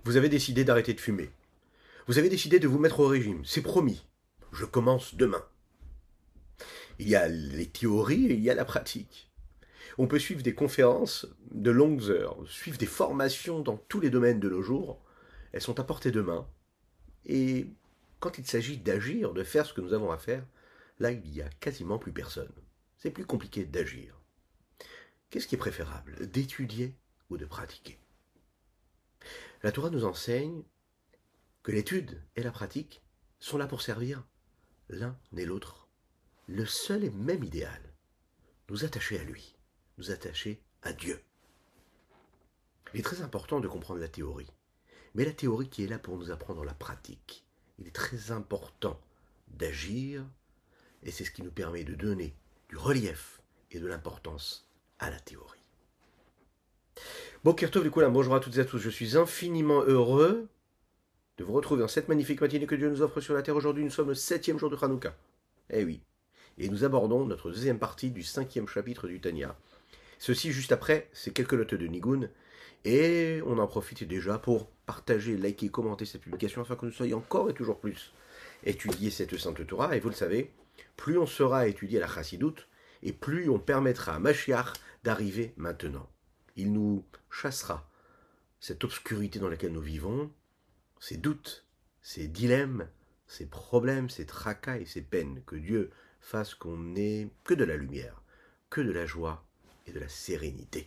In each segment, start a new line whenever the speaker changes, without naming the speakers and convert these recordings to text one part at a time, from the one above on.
Vous avez décidé d'arrêter de fumer. Vous avez décidé de vous mettre au régime. C'est promis. Je commence demain. Il y a les théories et il y a la pratique. On peut suivre des conférences de longues heures, suivre des formations dans tous les domaines de nos jours. Elles sont à portée de main. Et quand il s'agit d'agir, de faire ce que nous avons à faire, là, il n'y a quasiment plus personne. C'est plus compliqué d'agir. Qu'est-ce qui est préférable, d'étudier ou de pratiquer? La Torah nous enseigne que l'étude et la pratique sont là pour servir l'un et l'autre le seul et même idéal, nous attacher à lui, nous attacher à Dieu. Il est très important de comprendre la théorie, mais la théorie qui est là pour nous apprendre la pratique. Il est très important d'agir, et c'est ce qui nous permet de donner du relief et de l'importance à la théorie. Boker Tov, du coup, là, bonjour à toutes et à tous, je suis infiniment heureux de vous retrouver dans cette magnifique matinée que Dieu nous offre sur la terre. Aujourd'hui, nous sommes le 7e jour de Hanouka. Eh oui. Et nous abordons notre deuxième partie du 5e chapitre du Tanya. Ceci juste après ces quelques notes de Nigun. Et on en profite déjà pour partager, liker, commenter cette publication afin que nous soyons encore et toujours plus étudier cette Sainte Torah. Et vous le savez, plus on sera étudié à la Chassidoute, et plus on permettra à Mashiach d'arriver maintenant. Il nous chassera cette obscurité dans laquelle nous vivons, ces doutes, ces dilemmes, ces problèmes, ces tracas et ces peines. Que Dieu fasse qu'on n'ait que de la lumière, que de la joie et de la sérénité.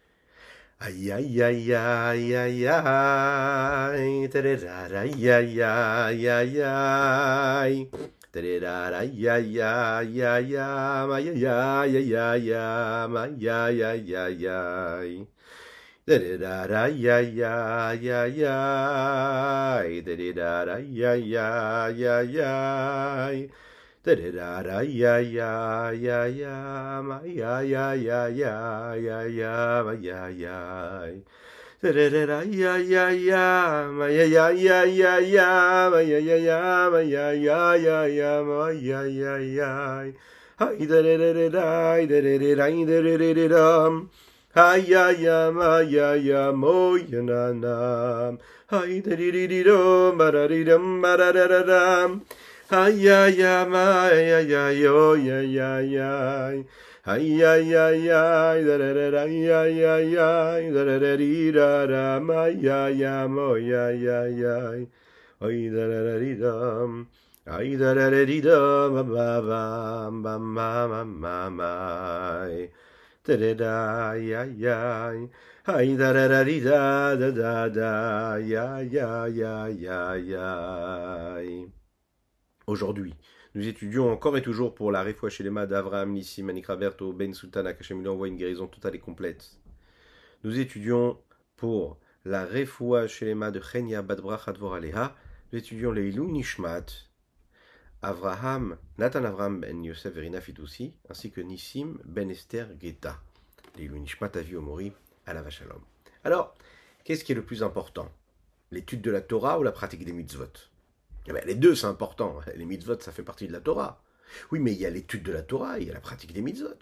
Aïe aïe aïe aïe aïe aïe, aïe aïe aïe aïe aïe. Aïe aïe aïe aïe aïe aïe aïe aïe aïe aïe aïe aïe. Aïe aïe aïe aïe aïe aïe, aïe aïe aïe aïe aïe. Aïe aïe aïe aïe aïe aïe aïe aïe aïe aïe aïe aïe aïe. Aïe aïe aïe aïe aïe aïe aïe aïe aïe aïe aïe aïe aïe aïe aïe aïe. Aïe da da da da da da da da. Aïe aïe aïe aïe moyananam. Aïe da di di di dom baradidam baradadam. Aïe aïe aïe aïe aïe aïe aïe aïe. Aïe aïe aïe aïe da da da aïe aïe aïe aïe da da da di da da aïe aïe aïe aïe aïe aïe. Aïe da da da di dam. Aïe da da da di dam ba ba ba ma ma ma ma. Da da da aïe aïe aïe. Aïe da da da di da da da da aïe aïe aïe aïe aïe aïe. Aujourd'hui, nous étudions encore et toujours pour la Refoua Shelema d'Avraham Nissim Anikraberto Ben Sultana, qu'Hachem lui envoie une guérison totale et complète. Nous étudions pour la Refoua Shelema de Chenia Badbracha Dvor Aleha. Nous étudions les Ilou Nishmat, Avraham, Nathan Avraham Ben Yosef Verina Fitoussi, ainsi que Nissim Ben Esther Geta. Les Ilou Nishmat Avi Omori Alav Shalom. Alors, qu'est-ce qui est le plus important? L'étude de la Torah ou la pratique des mitzvot? Eh bien, les deux, c'est important. Les mitzvot, ça fait partie de la Torah. Oui, mais il y a l'étude de la Torah, il y a la pratique des mitzvot.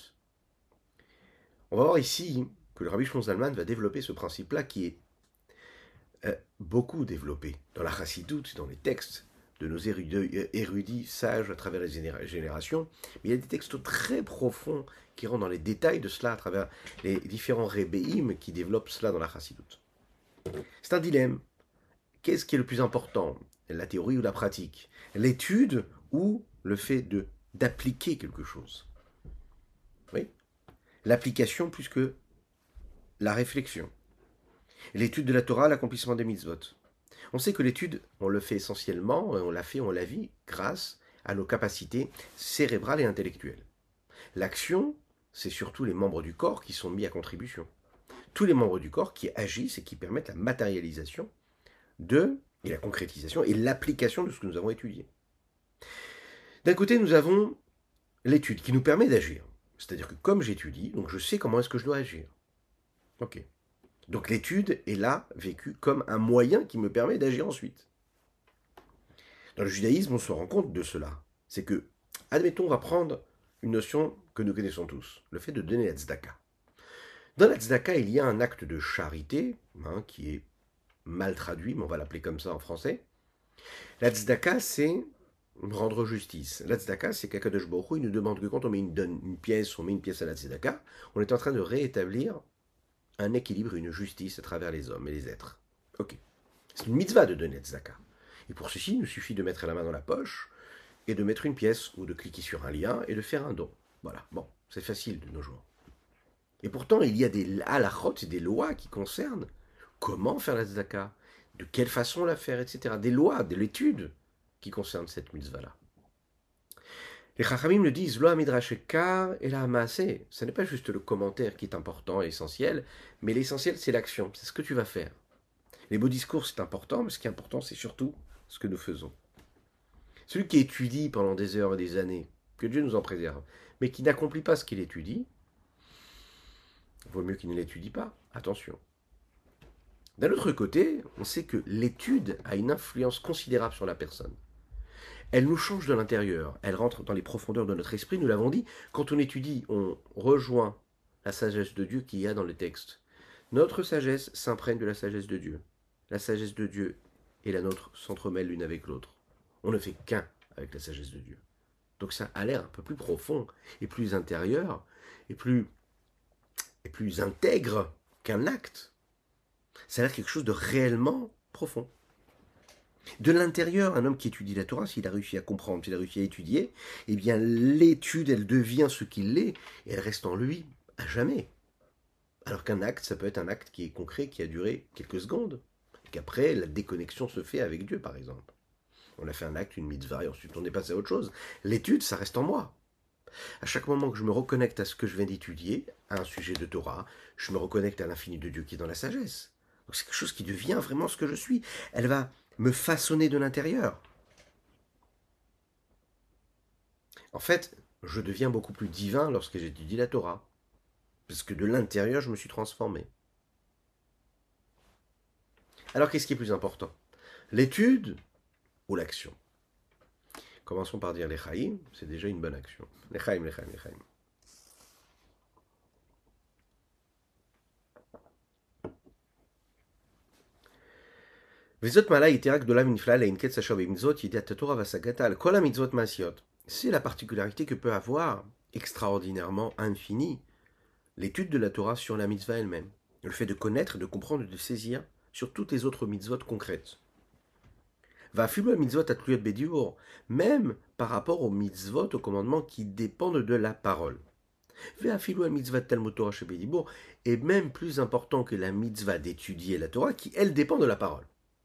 On va voir ici que le Rabbi Shlomo Zalman va développer ce principe-là qui est beaucoup développé dans la Chassidoute, dans les textes de nos érudits sages à travers les générations. Mais il y a des textes très profonds qui rentrent dans les détails de cela à travers les différents rébéim qui développent cela dans la Chassidoute. C'est un dilemme. Qu'est-ce qui est le plus important? La théorie ou la pratique? L'étude ou le fait d'appliquer quelque chose? Oui. L'application plus que la réflexion. L'étude de la Torah, l'accomplissement des mitzvot. On sait que l'étude, on le fait essentiellement, on la vit grâce à nos capacités cérébrales et intellectuelles. L'action, c'est surtout les membres du corps qui sont mis à contribution. Tous les membres du corps qui agissent et qui permettent la matérialisation et la concrétisation et l'application de ce que nous avons étudié. D'un côté, nous avons l'étude qui nous permet d'agir. C'est-à-dire que comme j'étudie, donc je sais comment est-ce que je dois agir. Ok. Donc l'étude est là, vécue comme un moyen qui me permet d'agir ensuite. Dans le judaïsme, on se rend compte de cela. C'est que, admettons, on va prendre une notion que nous connaissons tous, le fait de donner la tzedaka. Dans la tzedaka, il y a un acte de charité qui est mal traduit, mais on va l'appeler comme ça en français. La tzedaka, c'est rendre justice. La tzedaka, c'est qu'Akadosh Baruch Hu, il nous demande que quand on donne une pièce, on met une pièce à la tzedaka, on est en train de réétablir un équilibre, une justice à travers les hommes et les êtres. Ok. C'est une mitzvah de donner tzedaka. Et pour ceci, il nous suffit de mettre la main dans la poche et de mettre une pièce ou de cliquer sur un lien et de faire un don. Voilà, bon, c'est facile de nos jours. Et pourtant, il y a des halachot, des lois qui concernent comment faire la tzedaka, de quelle façon la faire, etc. Des lois, de l'étude qui concernent cette mitzvah-là. Les Chachamim le disent, Lo midrash ekar et la maaseh. Ce n'est pas juste le commentaire qui est important et essentiel, mais l'essentiel c'est l'action, c'est ce que tu vas faire. Les beaux discours c'est important, mais ce qui est important c'est surtout ce que nous faisons. Celui qui étudie pendant des heures et des années, que Dieu nous en préserve, mais qui n'accomplit pas ce qu'il étudie, il vaut mieux qu'il ne l'étudie pas, attention. D'un autre côté, on sait que l'étude a une influence considérable sur la personne. Elle nous change de l'intérieur, elle rentre dans les profondeurs de notre esprit, nous l'avons dit, quand on étudie, on rejoint la sagesse de Dieu qu'il y a dans le texte. Notre sagesse s'imprègne de la sagesse de Dieu. La sagesse de Dieu et la nôtre s'entremêlent l'une avec l'autre. On ne fait qu'un avec la sagesse de Dieu. Donc ça a l'air un peu plus profond et plus intérieur et plus intègre qu'un acte. Ça a l'air quelque chose de réellement profond. De l'intérieur, un homme qui étudie la Torah, s'il a réussi à comprendre, s'il a réussi à étudier, eh bien l'étude, elle devient ce qu'il est, et elle reste en lui à jamais. Alors qu'un acte, ça peut être un acte qui est concret, qui a duré quelques secondes, et qu'après, la déconnexion se fait avec Dieu, par exemple. On a fait un acte, une mitzvah, et ensuite on est passé à autre chose. L'étude, ça reste en moi. À chaque moment que je me reconnecte à ce que je viens d'étudier, à un sujet de Torah, je me reconnecte à l'infini de Dieu qui est dans la sagesse. Donc c'est quelque chose qui devient vraiment ce que je suis. Elle va me façonner de l'intérieur. En fait, je deviens beaucoup plus divin lorsque j'étudie la Torah. Parce que de l'intérieur, je me suis transformé. Alors qu'est-ce qui est plus important? L'étude ou l'action? Commençons par dire les chaim, c'est déjà une bonne action. Les chaim, les chaim, les chaim. וזאת מעלה יתרה גדולה ונפלאה לאין קץ אשר במצוות ידיעת התורה והשגתה על כל המצוות מעשיות. C'est la particularité que peut avoir, extraordinairement infinie, l'étude de la Torah sur la mitzvah elle-même. Le fait de connaître, de comprendre, de saisir sur toutes les autres mitzvot concrètes. Va filu mitzvot atluyot bediur, même par rapport aux mitzvot, aux commandements qui dépendent de la parole. Va filu mitzvah talmud Torah shebedibour est même plus important que la mitzvah d'étudier la Torah, qui elle dépend de la parole.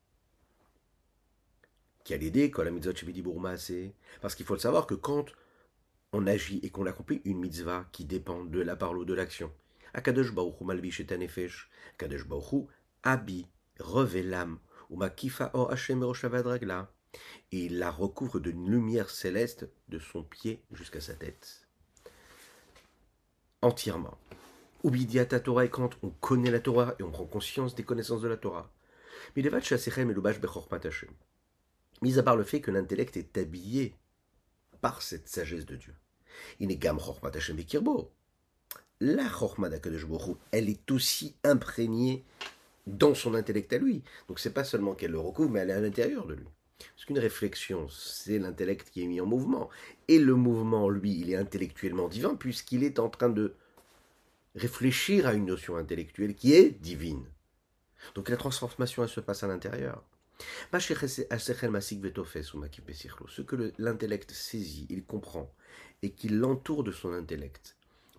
Qui a l'idée quand la mitzvot shebedibour maaseh, parce qu'il faut le savoir que quand on agit et qu'on accomplit une mitzvah qui dépend de la parole ou de l'action. Akadosh Baruch Hu malbish et anefesh. Akadosh Baruch Hu habille, revêt l'âme. Ou makifa or Hashem eroshavad ragla. Et il la recouvre d'une lumière céleste de son pied jusqu'à sa tête. Entièrement. Ubidiat Torah, et quand on connaît la Torah et on prend conscience des connaissances de la Torah. Midevat shasechem elubash bechormat Hashem. Mis à part le fait que l'intellect est habillé par cette sagesse de Dieu. Inegam Chormat Hashem Bekirbo. La Chormat d'Akadosh Baruch Hu, elle est aussi imprégnée dans son intellect à lui. Donc c'est pas seulement qu'elle le recouvre, mais elle est à l'intérieur de lui. Parce qu'une réflexion, c'est l'intellect qui est mis en mouvement. Et le mouvement, lui, il est intellectuellement divin, puisqu'il est en train de réfléchir à une notion intellectuelle qui est divine. Donc la transformation, elle se passe à l'intérieur. Ce que l'intellect saisit, il comprend, et qui l'entoure de son intellect.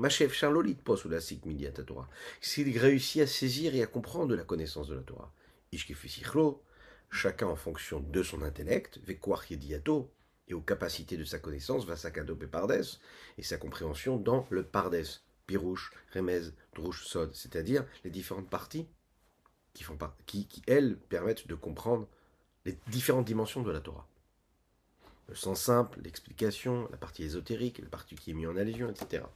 S'il réussit à saisir et à comprendre la connaissance de la Torah. Chacun en fonction de son intellect, et aux capacités de sa connaissance, va s'accadoper pardes, et sa compréhension dans le pardes, pirouche, remez, drouche, sod, c'est-à-dire les différentes parties qui, elles, permettent de comprendre les différentes dimensions de la Torah. Le sens simple, l'explication, la partie ésotérique, la partie qui est mise en allusion, etc.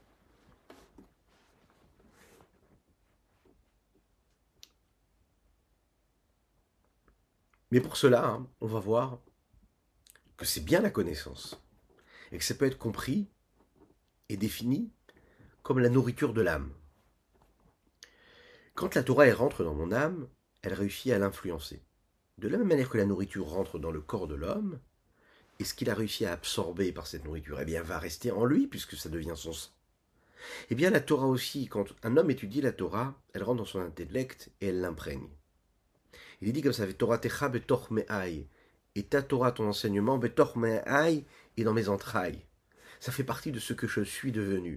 Mais pour cela, on va voir que c'est bien la connaissance, et que ça peut être compris et défini comme la nourriture de l'âme. Quand la Torah elle rentre dans mon âme, elle réussit à l'influencer. De la même manière que la nourriture rentre dans le corps de l'homme, et ce qu'il a réussi à absorber par cette nourriture, eh bien, va rester en lui, puisque ça devient son sang. Eh bien, la Torah aussi, quand un homme étudie la Torah, elle rentre dans son intellect et elle l'imprègne. Il est dit comme ça, Torah techa betoch me'ai, et ta Torah, ton enseignement, betoch me'ai, et dans mes entrailles. Ça fait partie de ce que je suis devenu.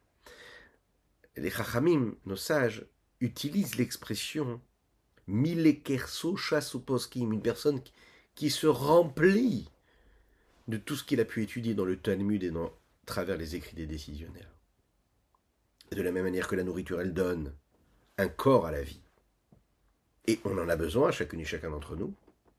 Les Chachamim, nos sages, utilisent l'expression Milekerso Chasuposkim, une personne qui se remplit de tout ce qu'il a pu étudier dans le Talmud et dans travers les écrits des décisionnaires. Et de la même manière que la nourriture, elle donne un corps à la vie. Et on en a besoin, chacune et chacun d'entre nous.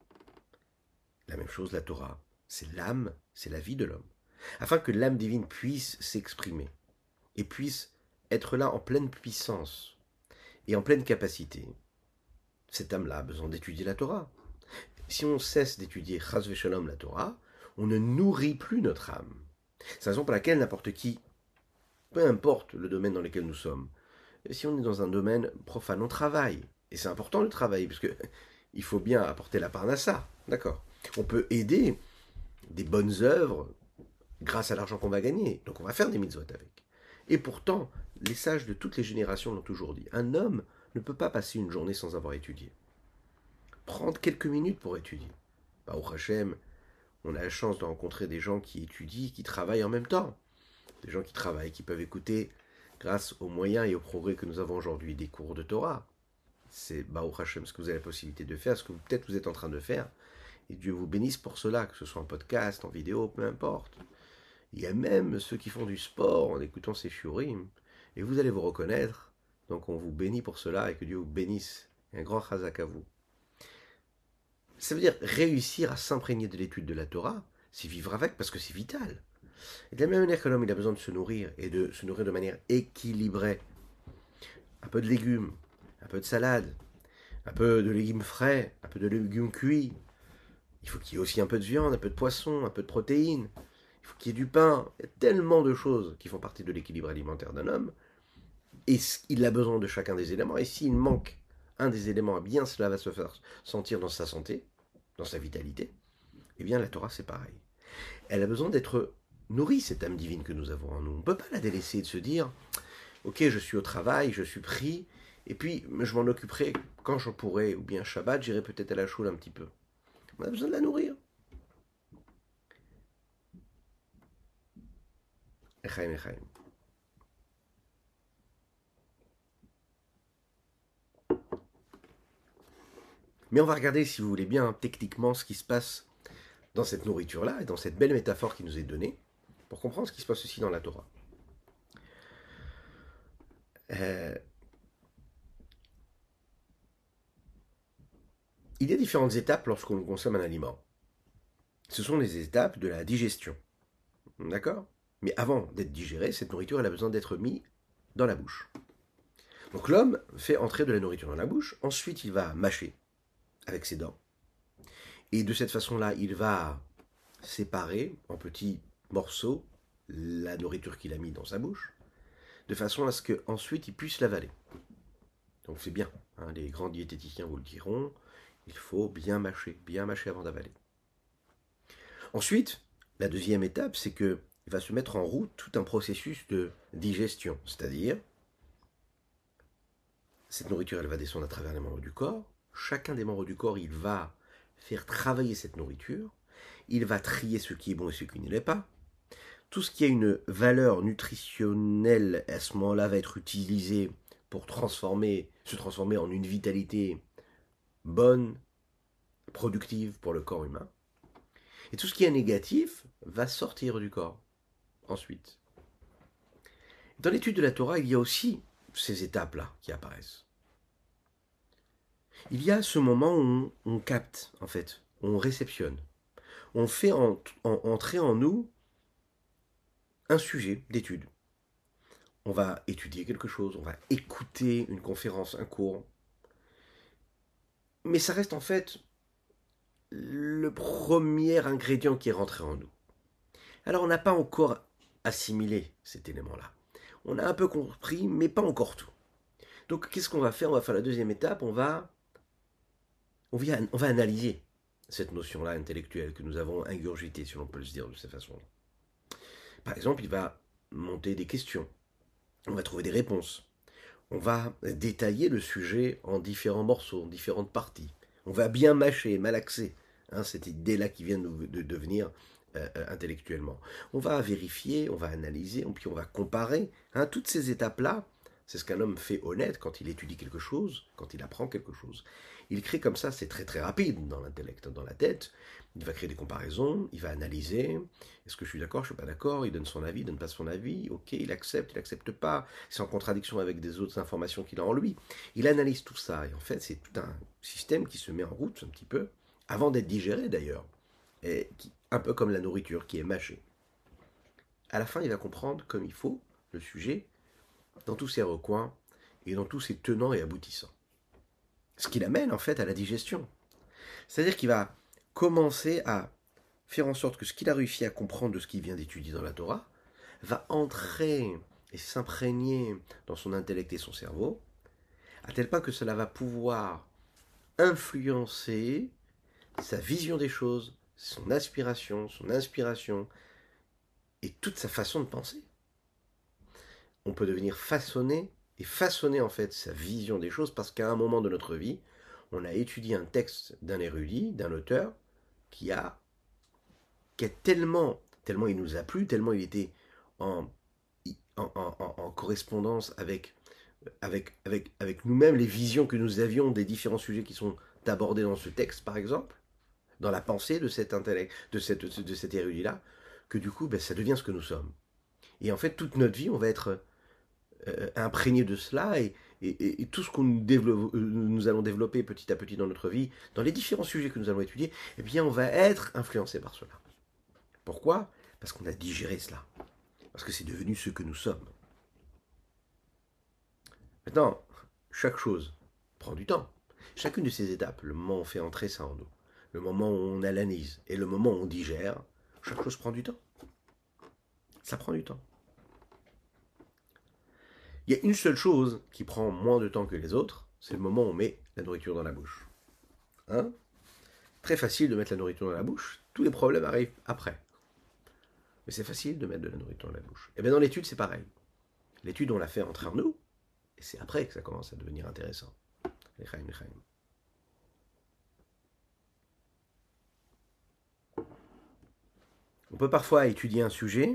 La même chose, la Torah, c'est l'âme, c'est la vie de l'homme. Afin que l'âme divine puisse s'exprimer et puisse être là en pleine puissance et en pleine capacité, cette âme-là a besoin d'étudier la Torah. Si on cesse d'étudier Chas v'Shalom la Torah, on ne nourrit plus notre âme. C'est la raison pour laquelle n'importe qui, peu importe le domaine dans lequel nous sommes, si on est dans un domaine profane, on travaille. Et c'est important de travailler, parce que il faut bien apporter la parnassa, d'accord. On peut aider des bonnes œuvres grâce à l'argent qu'on va gagner. Donc on va faire des mitzvot avec. Et pourtant, les sages de toutes les générations l'ont toujours dit. Un homme ne peut pas passer une journée sans avoir étudié. Prendre quelques minutes pour étudier. Baruch Hashem, on a la chance de rencontrer des gens qui étudient, qui travaillent en même temps. Des gens qui travaillent, qui peuvent écouter, grâce aux moyens et aux progrès que nous avons aujourd'hui, des cours de Torah. C'est Baruch Hashem, ce que vous avez la possibilité de faire, ce que peut-être vous êtes en train de faire. Et Dieu vous bénisse pour cela, que ce soit en podcast, en vidéo, peu importe. Il y a même ceux qui font du sport en écoutant ces shiurim. Et vous allez vous reconnaître. Donc on vous bénit pour cela et que Dieu vous bénisse. Et un grand chazak à vous. Ça veut dire réussir à s'imprégner de l'étude de la Torah, c'est vivre avec parce que c'est vital. Et de la même manière que l'homme il a besoin de se nourrir et de se nourrir de manière équilibrée. Un peu de légumes, un peu de salade, un peu de légumes frais, un peu de légumes cuits. Il faut qu'il y ait aussi un peu de viande, un peu de poisson, un peu de protéines. Il faut qu'il y ait du pain. Il y a tellement de choses qui font partie de l'équilibre alimentaire d'un homme. Et il a besoin de chacun des éléments. Et s'il manque un des éléments, eh bien cela va se faire sentir dans sa santé, dans sa vitalité. Eh bien la Torah c'est pareil. Elle a besoin d'être nourrie, cette âme divine que nous avons en nous. On ne peut pas la délaisser et de se dire ok, je suis au travail, je suis pris, et puis je m'en occuperai quand je pourrai, ou bien Shabbat, j'irai peut-être à la choule un petit peu. On a besoin de la nourrir. Echaim, echaim. Mais on va regarder, si vous voulez bien, techniquement, ce qui se passe dans cette nourriture-là, et dans cette belle métaphore qui nous est donnée, pour comprendre ce qui se passe aussi dans la Torah. Il y a différentes étapes lorsqu'on consomme un aliment. Ce sont les étapes de la digestion. D'accord ? Mais avant d'être digérée, cette nourriture elle a besoin d'être mise dans la bouche. Donc l'homme fait entrer de la nourriture dans la bouche, ensuite il va mâcher avec ses dents. Et de cette façon-là, il va séparer en petits morceaux la nourriture qu'il a mis dans sa bouche, de façon à ce qu'ensuite il puisse l'avaler. Donc c'est bien, hein, les grands diététiciens vous le diront, il faut bien mâcher avant d'avaler. Ensuite, la deuxième étape, c'est qu'il va se mettre en route tout un processus de digestion, c'est-à-dire, cette nourriture, elle va descendre à travers les membres du corps, chacun des membres du corps, il va faire travailler cette nourriture, il va trier ce qui est bon et ce qui ne l'est pas, tout ce qui a une valeur nutritionnelle, à ce moment-là, va être utilisé pour se transformer en une vitalité bonne, productive pour le corps humain. Et tout ce qui est négatif va sortir du corps, ensuite. Dans l'étude de la Torah, il y a aussi ces étapes-là qui apparaissent. Il y a ce moment où on capte, en fait, on réceptionne. On fait entrer en nous un sujet d'étude. On va étudier quelque chose, on va écouter une conférence, un cours. Mais ça reste en fait le premier ingrédient qui est rentré en nous. Alors on n'a pas encore assimilé cet élément-là. On a un peu compris, mais pas encore tout. Donc qu'est-ce qu'on va faire ? On va faire la deuxième étape, on va on va analyser cette notion-là intellectuelle que nous avons ingurgitée, si l'on peut le dire de cette façon. Par exemple, il va monter des questions, on va trouver des réponses, on va détailler le sujet en différents morceaux, en différentes parties. On va bien mâcher, malaxer cette idée-là qui vient de devenir intellectuellement. On va vérifier, on va analyser, puis on va comparer. Toutes ces étapes-là, c'est ce qu'un homme fait honnête quand il étudie quelque chose, quand il apprend quelque chose. Il crée comme ça, c'est très très rapide dans l'intellect, dans la tête. Il va créer des comparaisons, il va analyser. Est-ce que je suis d'accord, je ne suis pas d'accord? Il donne son avis, il donne pas son avis. Ok, il accepte pas. C'est en contradiction avec des autres informations qu'il a en lui. Il analyse tout ça. Et en fait, c'est tout un système qui se met en route un petit peu, avant d'être digéré d'ailleurs. Et un peu comme la nourriture qui est mâchée. À la fin, il va comprendre comme il faut le sujet, dans tous ses recoins et dans tous ses tenants et aboutissants. Ce qui l'amène en fait à la digestion. C'est-à-dire qu'il va commencer à faire en sorte que ce qu'il a réussi à comprendre de ce qu'il vient d'étudier dans la Torah va entrer et s'imprégner dans son intellect et son cerveau, à tel point que cela va pouvoir influencer sa vision des choses, son aspiration, son inspiration et toute sa façon de penser. On peut devenir façonné et façonner en fait sa vision des choses parce qu'à un moment de notre vie, on a étudié un texte d'un érudit, d'un auteur, qui a tellement il nous a plu, tellement il était en correspondance avec nous-mêmes, les visions que nous avions des différents sujets qui sont abordés dans ce texte, par exemple, dans la pensée de cet intellect, de cet érudit-là, que du coup, ça devient ce que nous sommes. Et en fait, toute notre vie, on va être imprégné de cela et tout ce que nous allons développer petit à petit dans notre vie, dans les différents sujets que nous allons étudier, eh bien, on va être influencé par cela. Pourquoi? Parce qu'on a digéré cela. Parce que c'est devenu ce que nous sommes. Maintenant, chaque chose prend du temps. Chacune de ces étapes, le moment où on fait entrer ça en nous, le moment où on analyse et le moment où on digère, chaque chose prend du temps. Ça prend du temps. Il y a une seule chose qui prend moins de temps que les autres, c'est le moment où on met la nourriture dans la bouche. Très facile de mettre la nourriture dans la bouche, tous les problèmes arrivent après. Mais c'est facile de mettre de la nourriture dans la bouche. Et bien dans l'étude, c'est pareil. L'étude, on la fait entrer en nous, et c'est après que ça commence à devenir intéressant. On peut parfois étudier un sujet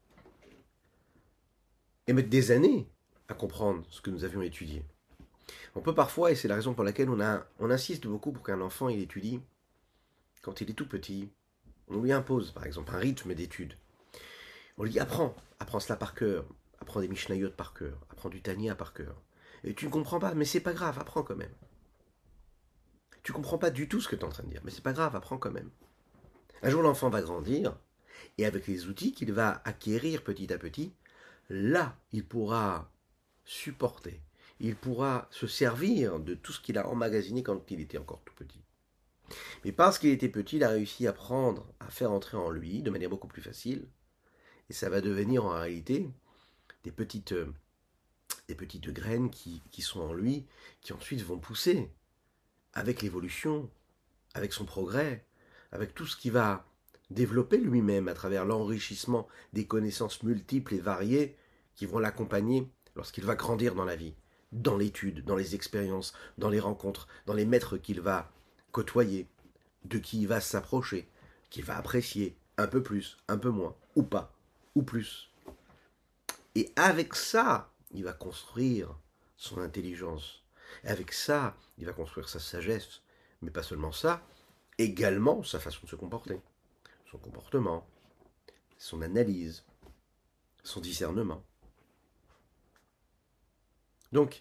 et mettre des années à comprendre ce que nous avions étudié. On peut parfois, et c'est la raison pour laquelle on insiste beaucoup pour qu'un enfant il étudie, quand il est tout petit, on lui impose par exemple un rythme d'étude. On lui dit apprends cela par cœur, apprends des Mishnayot par cœur, apprends du Tanya par cœur. Et tu ne comprends pas, mais c'est pas grave, apprends quand même. Tu ne comprends pas du tout ce que tu es en train de dire, mais c'est pas grave, apprends quand même. Un jour l'enfant va grandir, et avec les outils qu'il va acquérir petit à petit, là il pourra supporter, il pourra se servir de tout ce qu'il a emmagasiné quand il était encore tout petit. Mais parce qu'il était petit, il a réussi à prendre, à faire entrer en lui de manière beaucoup plus facile, et ça va devenir en réalité des petites graines qui sont en lui, qui ensuite vont pousser avec l'évolution, avec son progrès, avec tout ce qu'il va développer lui-même à travers l'enrichissement des connaissances multiples et variées qui vont l'accompagner lorsqu'il va grandir dans la vie, dans l'étude, dans les expériences, dans les rencontres, dans les maîtres qu'il va côtoyer, de qui il va s'approcher, qu'il va apprécier un peu plus, un peu moins, ou pas, ou plus. Et avec ça, il va construire son intelligence. Et avec ça, il va construire sa sagesse. Mais pas seulement ça, également sa façon de se comporter. Son comportement, son analyse, son discernement. Donc,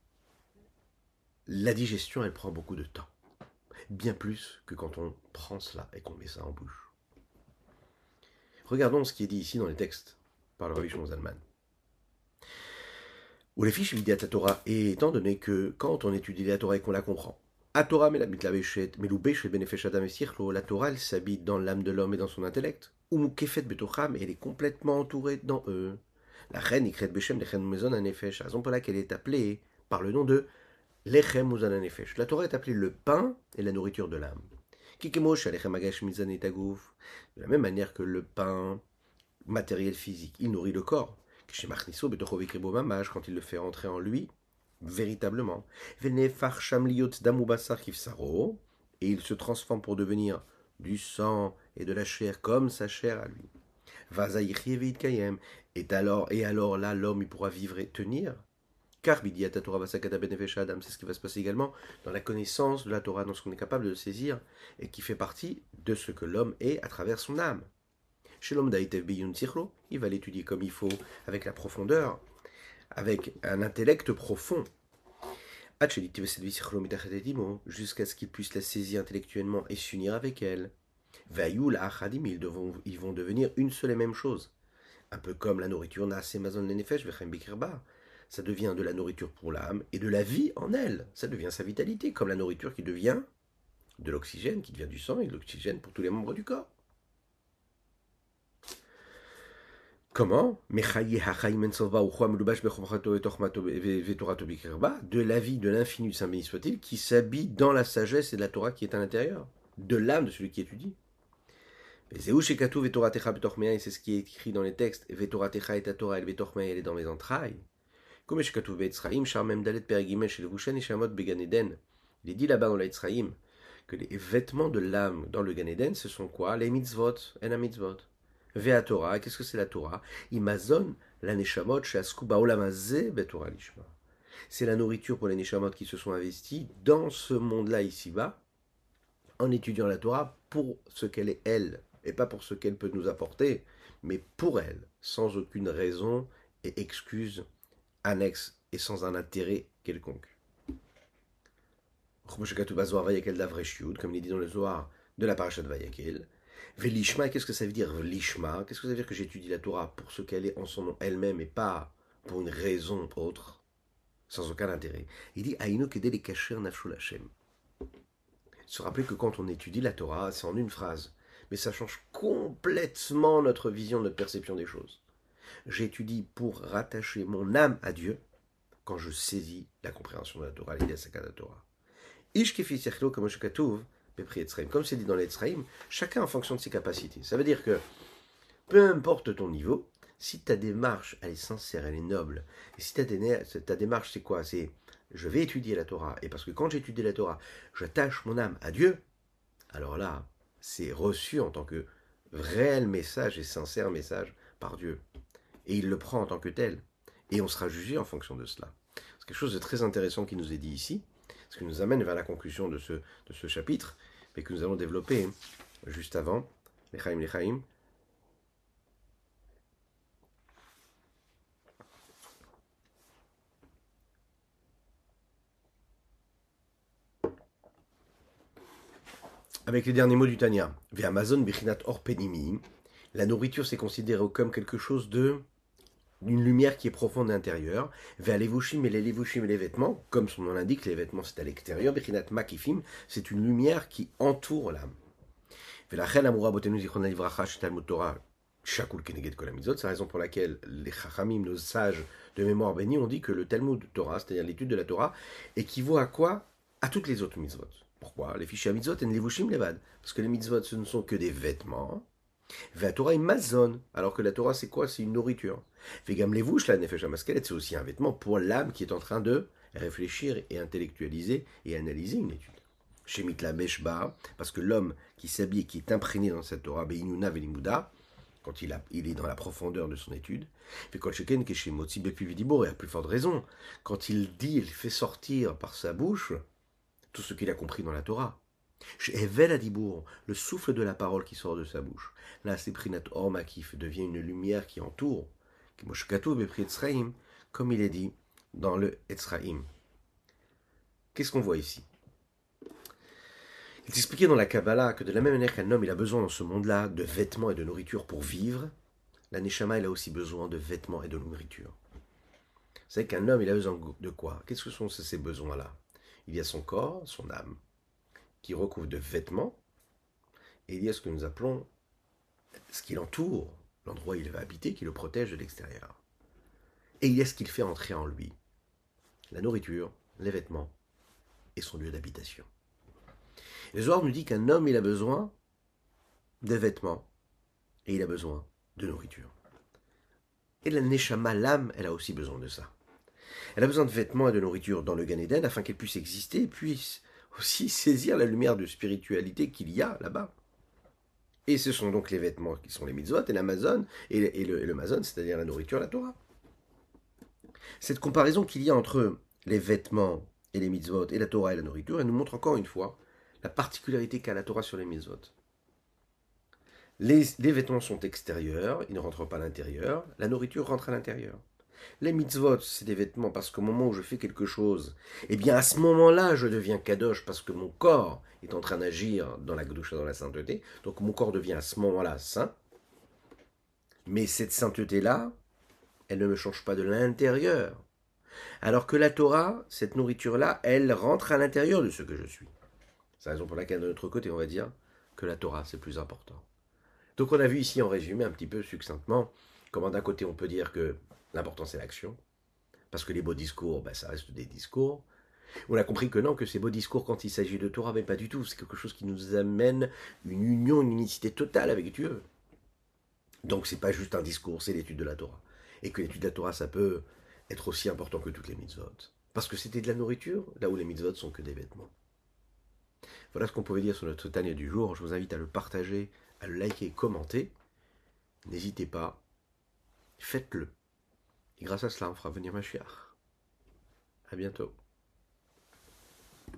la digestion, elle prend beaucoup de temps. Bien plus que quand on prend cela et qu'on met ça en bouche. Regardons ce qui est dit ici dans les textes par le Rabbi Shlomo Zalman. Ou les fiches l'idée à la Torah, et étant donné que quand on étudie la Torah et qu'on la comprend, la Torah, la Torah, elle s'habite dans l'âme de l'homme et dans son intellect. Ou Mukefet Betocham, elle est complètement entourée dans eux. La reine Ikret Beshem Lechen Maison Anefesh, raison pour laquelle elle est appelée par le nom de Lechem uzana nefesh. La Torah est appelée le pain et la nourriture de l'âme. Kikemosh alechem agash mizane tagouf. De la même manière que le pain matériel physique, il nourrit le corps. Kshemachniso betocho vekribo mamash, quand il le fait entrer en lui, véritablement. Venefar shamliot damubasar kifsaro. Et il se transforme pour devenir du sang et de la chair comme sa chair à lui. Vazayichievid kayem. Et alors là, l'homme il pourra vivre et tenir. Car bidiata Torah basakata benefesh adam, c'est ce qui va se passer également dans la connaissance de la Torah, dans ce qu'on est capable de saisir et qui fait partie de ce que l'homme est à travers son âme. Chez l'homme d'Aïtev biyun tsichlo, il va l'étudier comme il faut, avec la profondeur, avec un intellect profond. Jusqu'à ce qu'il puisse la saisir intellectuellement et s'unir avec elle. Vayul achadim, ils vont devenir une seule et même chose. Un peu comme la nourriture naase mazon lenefesh vechem bikirba. Ça devient de la nourriture pour l'âme et de la vie en elle. Ça devient sa vitalité, comme la nourriture qui devient de l'oxygène, qui devient du sang et de l'oxygène pour tous les membres du corps. Comment? De la vie de l'infini du Saint béni soit-il, qui s'habille dans la sagesse et de la Torah qui est à l'intérieur, de l'âme de celui qui étudie. Et c'est ce qui est écrit dans les textes, et ta Torah, elle est dans mes entrailles. Comme il est dit là-bas dans l'Etzraïm que les vêtements de l'âme dans le Gan Eden, ce sont quoi? Les mitzvot, et la mitzvot. Vea Torah, qu'est-ce que c'est la Torah? Imazon, la neshamot, sheasku baolamazé, betorah lishma. C'est la nourriture pour les neshamot qui se sont investis dans ce monde-là ici-bas, en étudiant la Torah pour ce qu'elle est elle, et pas pour ce qu'elle peut nous apporter, mais pour elle, sans aucune raison et excuse annexe et sans un intérêt quelconque. Comme il est dit dans le Zohar de la parashat Vayakel. Velishma, qu'est-ce que ça veut dire Lishma? Qu'est-ce que ça veut dire que j'étudie la Torah pour ce qu'elle est en son nom elle-même et pas pour une raison autre, sans aucun intérêt? Il dit Aïno kedé les kasher nafshul Hashem. Se rappeler que quand on étudie la Torah, c'est en une phrase, mais ça change complètement notre vision, notre perception des choses. J'étudie pour rattacher mon âme à Dieu quand je saisis la compréhension de la Torah, l'idée de la Torah. Ish kefi sechlo comme comme c'est dit dans l'Etzraïm, chacun en fonction de ses capacités. Ça veut dire que, peu importe ton niveau, si ta démarche, elle est sincère, elle est noble, et si ta démarche, c'est quoi? C'est, je vais étudier la Torah, et parce que quand j'étudie la Torah, j'attache mon âme à Dieu, alors là, c'est reçu en tant que réel message et sincère message par Dieu. Et il le prend en tant que tel. Et on sera jugé en fonction de cela. C'est quelque chose de très intéressant qui nous est dit ici, ce qui nous amène vers la conclusion de ce chapitre, mais que nous allons développer juste avant. Lechaim. Avec les derniers mots du Tanya. Ve'amazon bichinat or penimi. La nourriture, c'est considéré comme quelque chose d'une lumière qui est profonde à l'intérieur. Vers les levushim et les vêtements, comme son nom l'indique, les vêtements c'est à l'extérieur. Bechinat makifim, c'est une lumière qui entoure l'âme. Velachel amura botenu zichron livracha shetalmud Torah shakul keneged kol hamizot. C'est la raison pour laquelle les chachamim, nos sages de mémoire bénis, ont dit que le Talmud Torah, c'est-à-dire l'étude de la Torah, équivaut à quoi? À toutes les autres mitzvot. Pourquoi? Les fichiers mitzvot et les levushim levad. Parce que les mitzvot, ce ne sont que des vêtements. La Torah est mazon, alors que la Torah c'est quoi? C'est une nourriture. Vegam levush la nefesh hamaskelet, c'est aussi un vêtement pour l'âme qui est en train de réfléchir et intellectualiser et analyser une étude. Shemit la beshba, parce que l'homme qui s'habille et qui est imprégné dans cette Torah, beinuna velimuda, quand il est dans la profondeur de son étude, et à plus forte raison, quand il dit, il fait sortir par sa bouche tout ce qu'il a compris dans la Torah. Chez Evel Adibour, le souffle de la parole qui sort de sa bouche. Là, c'est Prinat Or Makif, devient une lumière qui entoure. Comme il est dit dans le Etzraïm. Qu'est-ce qu'on voit ici? Il est expliqué dans la Kabbalah que de la même manière qu'un homme il a besoin dans ce monde-là de vêtements et de nourriture pour vivre, la Neshama il a aussi besoin de vêtements et de nourriture. Vous savez qu'un homme il a besoin de quoi? Qu'est-ce que sont ces besoins-là? Il y a son corps, son âme, qui recouvre de vêtements, et il y a ce que nous appelons ce qui l'entoure, l'endroit où il va habiter, qui le protège de l'extérieur. Et il y a ce qu'il fait entrer en lui. La nourriture, les vêtements et son lieu d'habitation. Le Zohar nous dit qu'un homme, il a besoin de vêtements et il a besoin de nourriture. Et la Neshama, l'âme, elle a aussi besoin de ça. Elle a besoin de vêtements et de nourriture dans le Gan Eden afin qu'elle puisse exister et puisse aussi saisir la lumière de spiritualité qu'il y a là-bas. Et ce sont donc les vêtements qui sont les mitzvot et l'Amazon, et le mazon, c'est-à-dire la nourriture, la Torah. Cette comparaison qu'il y a entre les vêtements et les mitzvot et la Torah et la nourriture, elle nous montre encore une fois la particularité qu'a la Torah sur les mitzvot. Les vêtements sont extérieurs, ils ne rentrent pas à l'intérieur, la nourriture rentre à l'intérieur. Les mitzvot, c'est des vêtements parce qu'au moment où je fais quelque chose, eh bien à ce moment-là, je deviens kadosh parce que mon corps est en train d'agir dans la kedusha, dans la sainteté. Donc mon corps devient à ce moment-là saint. Mais cette sainteté-là, elle ne me change pas de l'intérieur. Alors que la Torah, cette nourriture-là, elle rentre à l'intérieur de ce que je suis. C'est la raison pour laquelle de notre côté, on va dire que la Torah, c'est plus important. Donc on a vu ici en résumé un petit peu succinctement comment d'un côté on peut dire que l'important c'est l'action, parce que les beaux discours, ça reste des discours. On a compris que non, que ces beaux discours quand il s'agit de Torah, mais pas du tout, c'est quelque chose qui nous amène une union, une unicité totale avec Dieu. Donc c'est pas juste un discours, c'est l'étude de la Torah. Et que l'étude de la Torah, ça peut être aussi important que toutes les mitzvot. Parce que c'était de la nourriture, là où les mitzvot sont que des vêtements. Voilà ce qu'on pouvait dire sur notre Tanya du jour. Je vous invite à le partager, à le liker, commenter. N'hésitez pas, faites-le. Et grâce à cela, on fera venir Mashiach. À bientôt.